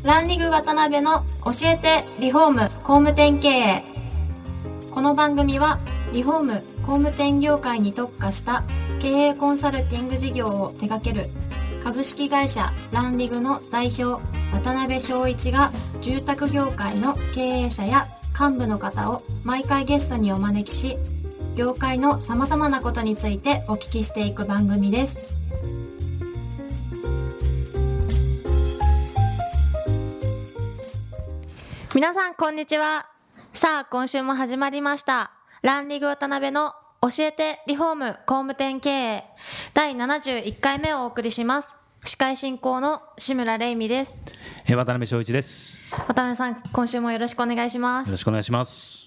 ランリグ渡辺の教えてリフォーム工務店経営。この番組はリフォーム工務店業界に特化した経営コンサルティング事業を手掛ける株式会社ランリグの代表渡辺翔一が、住宅業界の経営者や幹部の方を毎回ゲストにお招きし、業界の様々なことについてお聞きしていく番組です。皆さんこんにちは。さあ今週も始まりましたランリグ渡辺の教えてリフォーム工務店経営第71回目をお送りします。司会進行の志村玲美です。 渡辺翔一です。 渡辺さん、今週もよろしくお願いします。 よろしくお願いします。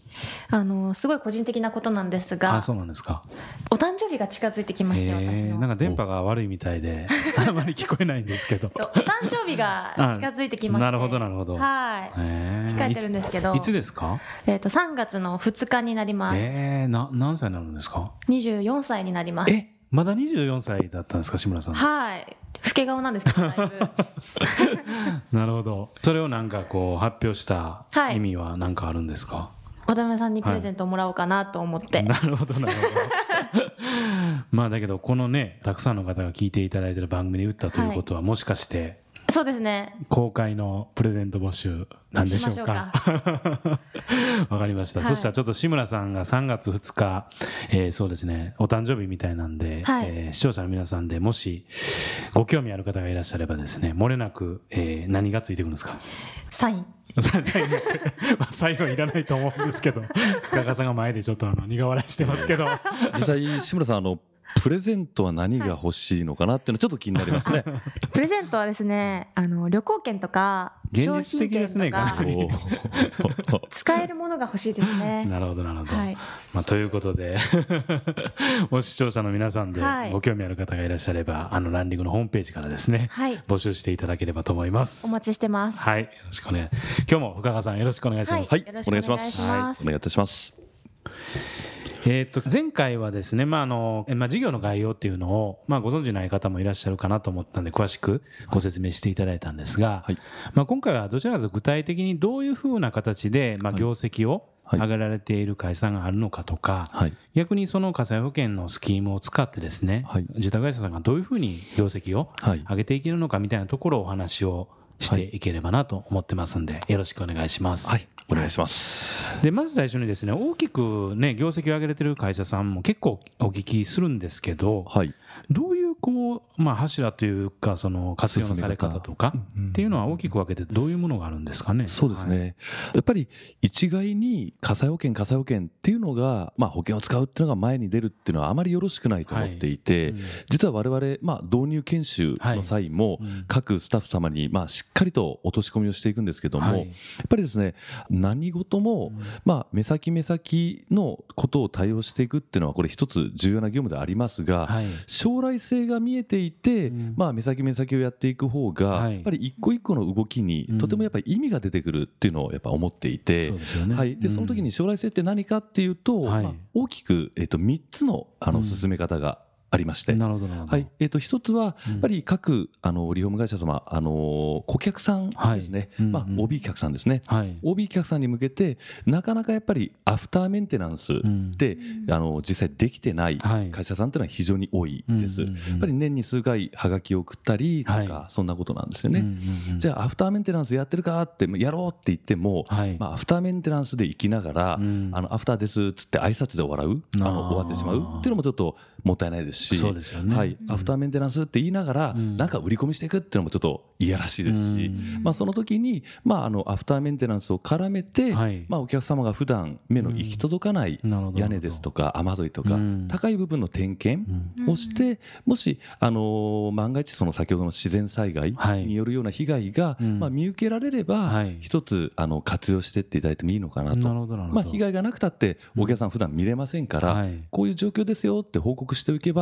すごい個人的なことなんですが、 そうなんですか。 お誕生日が近づいてきまして、私のなんか電波が悪いみたいであまり聞こえないんですけどお誕生日が近づいてきましてなるほどなるほど、 はい、控えてるんですけど、 いつですか ？3月の2日になります。 何歳になるんですか ？24歳になります。 まだ24歳だったんですか、志村さん。 はい、老け顔なんですけどだいぶなるほど。それをなんかこう発表した意味は何かあるんですか？ 渡辺さんにプレゼントをもらおうかなと思って、 なるほどなるほどまあだけどこのね、たくさんの方が聞いていただいている番組に打ったということは、もしかしてそうですね、 公開のプレゼント募集なんでしょうか。わかりました、そしたらちょっと志村さんが3月2日、そうですね、お誕生日みたいなんで、視聴者の皆さんでもしご興味ある方がいらっしゃればですね、漏れなく、何がついてくるんですか？ サインサインはいらないと思うんですけど深川さんが前でちょっと苦笑いしてますけど実際志村さんプレゼントは何が欲しいのかなっていうのちょっと気になりますね。 プレゼントはですね、旅行券とか商品券とか使えるものが欲しいですね。 なるほどなるほど、ということでもし視聴者の皆さんでご興味ある方がいらっしゃれば、ランリングのホームページからですね、募集していただければと思います。 お待ちしてます。 はい、よろしくお願い。今日も深川さんよろしくお願いします。 はい、お願いします。お願いいたします。 前回はですね、事業の概要っていうのを、ご存じない方もいらっしゃるかなと思ったんで詳しくご説明していただいたんですが、今回はどちらかというと具体的にどういうふうな形で、業績を上げられている会社があるのかとか、逆にその火災保険のスキームを使ってですね、住宅会社さんがどういうふうに業績を上げていけるのかみたいなところをお話をしていければなと思ってますんで、よろしくお願いします。 はい、お願いします。 でまず最初にですね、大きくね業績を上げてる会社さんも結構お聞きするんですけど、どういう柱というか、その活用のされ方とかっていうのは大きく分けてどういうものがあるんですかね？ そうですね、やっぱり一概に火災保険っていうのが、保険を使うっていうのが前に出るっていうのはあまりよろしくないと思っていて、実は我々、導入研修の際も、各スタッフ様にしっかりと落とし込みをしていくんですけども、やっぱりですね、何事も、目先のことを対応していくっていうのはこれ一つ重要な業務でありますが、将来性が見えていて、目先をやっていく方が、やっぱり一個一個の動きにとてもやっぱり意味が出てくるっていうのをやっぱ思っていて、でその時に将来性って何かっていうと、大きく3つの進め方がありまして、一つはやっぱり各リフォーム会社様、顧客さんですね、OB 客さんですね、OB 客さんに向けてなかなかやっぱりアフターメンテナンスで、実際できてない会社さんっていうのは非常に多いです。やっぱり年に数回はがきを送ったりとか、そんなことなんですよね。じゃあアフターメンテナンスやってるかってやろうって言っても、アフターメンテナンスで行きながら、アフターですっつって挨拶で終わってしまうっていうのもちょっともったいないですし、アフターメンテナンスって言いながらなんか売り込みしていくっていうのもちょっといやらしいですし、その時にアフターメンテナンスを絡めて、お客様が普段目の行き届かない屋根ですとか雨どいとか高い部分の点検をして、もし万が一その先ほどの自然災害によるような被害が見受けられれば、一つ活用していっていただいてもいいのかなと。被害がなくたってお客さん普段見れませんから、こういう状況ですよって報告しておけば、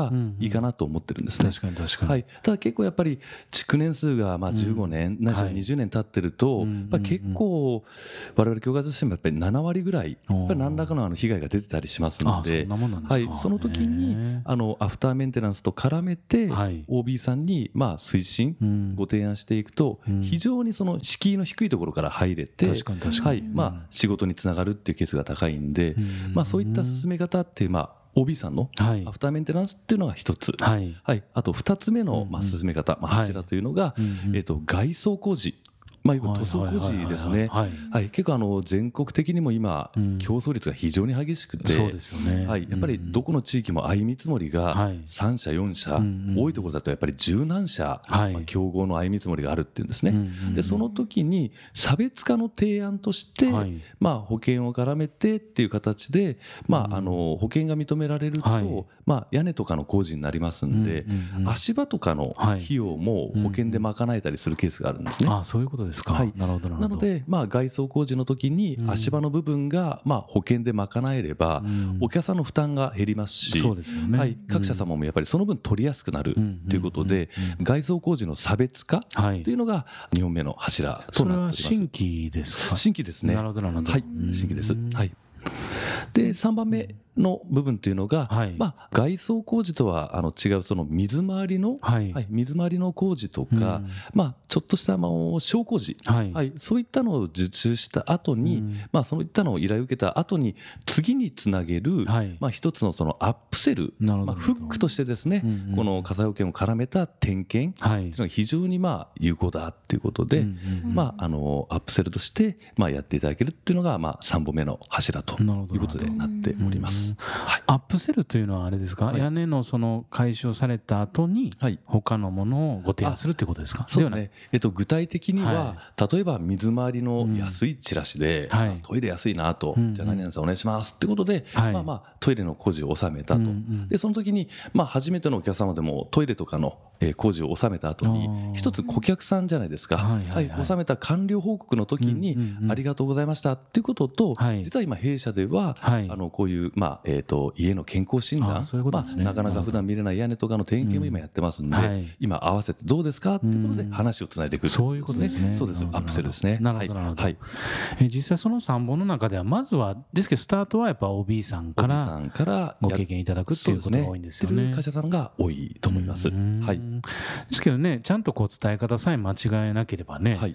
がいいかなと思ってるんですね。 確かに確かに、 はい、ただ結構やっぱり築年数がまあ15年、ないしは20年経ってると、やっぱり結構我々協会としてもやっぱり7割ぐらいやっぱり何らかの被害が出てたりしますので、その時にアフターメンテナンスと絡めて OB さんにまあ推進ご提案していくと、非常にその敷居の低いところから入れて、まあ仕事につながるっていうケースが高いんで、まあそういった進め方っていうまあOB さんのアフターメンテナンスっていうのが一つ、あと2つ目のまあ進め方、柱というのが外装工事、よく塗装工事ですね。結構全国的にも今競争率が非常に激しくて、やっぱりどこの地域も相見積もりが3社4社、多いところだとやっぱり十何社競合の相見積もりがあるっていうんですね。でその時に差別化の提案として保険を絡めてっていう形で保険が認められると屋根とかの工事になりますんで、足場とかの費用も保険で賄えたりするケースがあるんですね。 そういうことですか。 なので外装工事の時に足場の部分が保険で賄えればお客さんの負担が減りますし、各社様もやっぱりその分取りやすくなるということで、外装工事の差別化というのが2本目の柱となっております。 それは新規ですか？ 新規ですね。 なるほどなるほど。 新規です。で3番目の部分というのが、外装工事とは違うその水回りの工事とか、ちょっとした小工事、そういったのを受注した後に、そういったのを依頼を受けた後に次につなげる、一つのそのアップセル、フックとしてですね、この火災保険を絡めた点検というのが非常に有効だということで、アップセルとしてやっていただけるっていうのが3本目の柱ということでなっております。 アップセルというのはあれですか、屋根のその改修された後に他のものをご提案するということですか？ そうですね。具体的には、例えば水回りの安いチラシで、トイレ安いなと、じゃあ何々さんお願いしますってことで、トイレの工事を収めたと。でその時に初めてのお客様でもトイレとかの工事を収めた後に一つ顧客さんじゃないですか、収めた完了報告の時にありがとうございましたっていうことと、実は今弊社ではこういう家の健康診断、なかなか普段見れない屋根とかの点検も今やってますんで、今合わせてどうですかっていうことで話をつないでいく。 そういうことですね。 そうです。アップセルですね。 なるほどなるほど。実際その3本の中ではまずはですけどスタートはやっぱ OB さんからご経験いただくっていうことが多いんですよね。 会社さんが多いと思います。 ですけどね、ちゃんと伝え方さえ間違えなければね、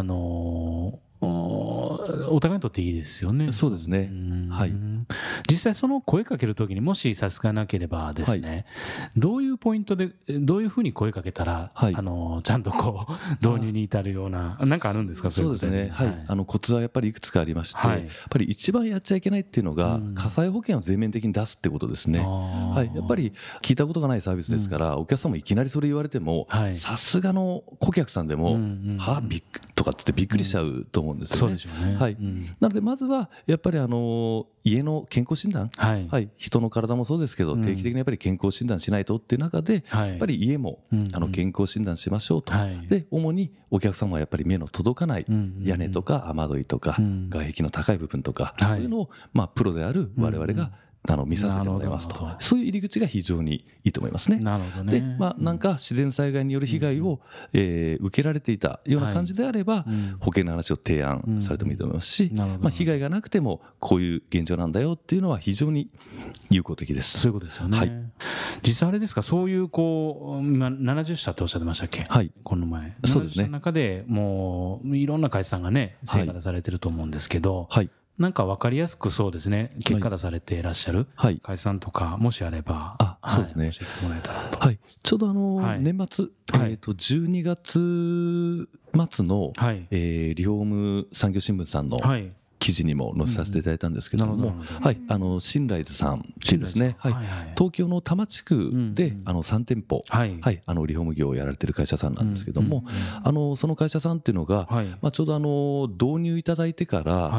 お互いにとっていいですよね。 そうですね。 実際その声かけるときにもし差し支えなければですね、どういうポイントでどういうふうに声かけたら、ちゃんと導入に至るようななんかあるんですか？ そうですね。コツはやっぱりいくつかありまして、やっぱり一番やっちゃいけないっていうのが火災保険を全面的に出すってことですね。やっぱり聞いたことがないサービスですから、お客さんもいきなりそれ言われてもさすがの顧客さんでもはびっくりとかってびっくりしちゃうと思うんですよね。なのでまずはやっぱり家の健康診断、人の体もそうですけど定期的にやっぱり健康診断しないとっていう中で、やっぱり家も健康診断しましょうと。で主にお客様はやっぱり目の届かない屋根とか雨どいとか外壁の高い部分とか、そういうのをプロである我々が見させてもらいますと。そういう入り口が非常にいいと思いますね。でなんか自然災害による被害を受けられていたような感じであれば保険の話を提案されてもいいと思いますし、被害がなくてもこういう現状なんだよっていうのは非常に有効的です。 そういうことですよね。実際あれですか、そういう今70社っておっしゃってましたっけ？この前70社の中でもういろんな会社さんがね成果出されてると思うんですけど、なんか分かりやすくそうですね、結果出されていらっしゃる会社さんとかもしあれば、 そうですね、 教えてもらえたらと。 ちょうど年末、12月末のリフォーム産業新聞さんの記事にも載せさせていただいたんですけども、シンライズさんっていうですね、東京の多摩地区で3店舗リフォーム業をやられてる会社さんなんですけども、その会社さんっていうのがちょうど導入いただいてから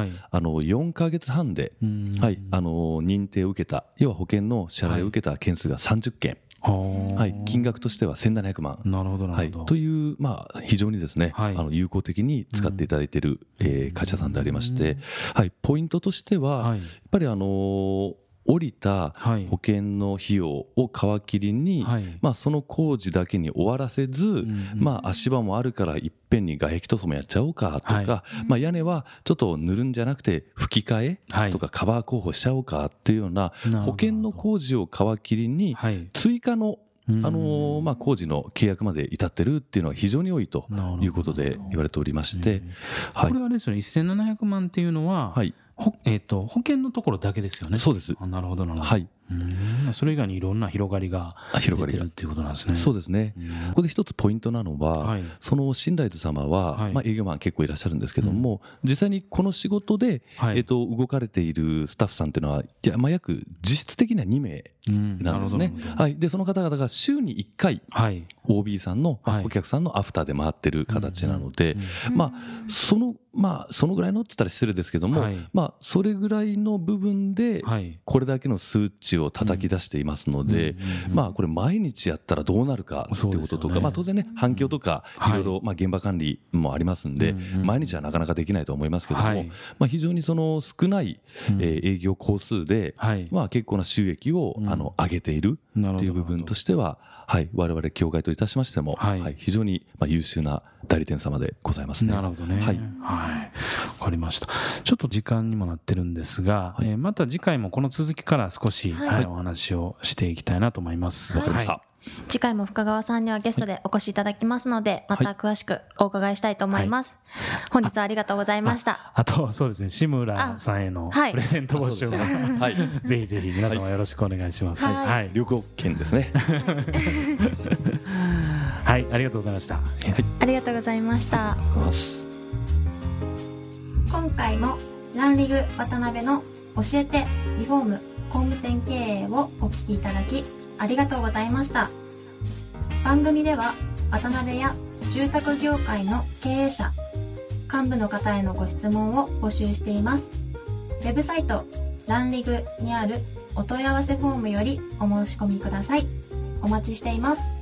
4ヶ月半で認定を受けた、要は保険の支払いを受けた件数が30件、金額としては1700万という非常にですね有効的に使っていただいている会社さんでありまして、ポイントとしてはやっぱり降りた保険の費用を皮切りに、その工事だけに終わらせず、足場もあるからいっぺんに外壁塗装もやっちゃおうかとか、屋根はちょっと塗るんじゃなくて吹き替えとかカバー工法しちゃおうかっていうような保険の工事を皮切りに追加の工事の契約まで至ってるっていうのは非常に多いということで言われておりまして、 これはですね、1700万っていうのは、保険のところだけですよね。 そうです。 なるほどなるほど。それ以外にいろんな広がりが出てるっていうことなんですね。 そうですね。ここで一つポイントなのは、その新大豆様は、営業マン結構いらっしゃるんですけども、実際にこの仕事で、動かれているスタッフさんっていうのは、約実質的には2名なんですね。でその方々が週に1回、OB さんのお客さんのアフターで回ってる形なので、そのぐらいのって言ったら失礼ですけども、それぐらいの部分でこれだけの数値を叩き出していますので、これ毎日やったらどうなるかっていうこととか、当然ね反響とかいろいろ現場管理もありますんで、毎日はなかなかできないと思いますけども、非常にその少ない営業工数で結構な収益を上げているっていう部分としては、我々協会といたしましても、非常に優秀な代理店様でございますね。 なるほどね。わかりました。ちょっと時間にもなってるんですが、また次回もこの続きから少し、お話をしていきたいなと思います。 わかりました。 次回も深川さんにはゲストでお越しいただきますので、また詳しくお伺いしたいと思います。本日はありがとうございました。 あとそうですね、志村さんへのプレゼント募集も、ぜひぜひ皆様よろしくお願いします。 旅行券ですね。 ありがとうございました。 ありがとうございました。今回もランリグ渡辺の教えてリフォーム工務店経営をお聞きいただきありがとうございました。番組では渡辺や住宅業界の経営者、幹部の方へのご質問を募集しています。ウェブサイトランリグにあるお問い合わせフォームよりお申し込みください。お待ちしています。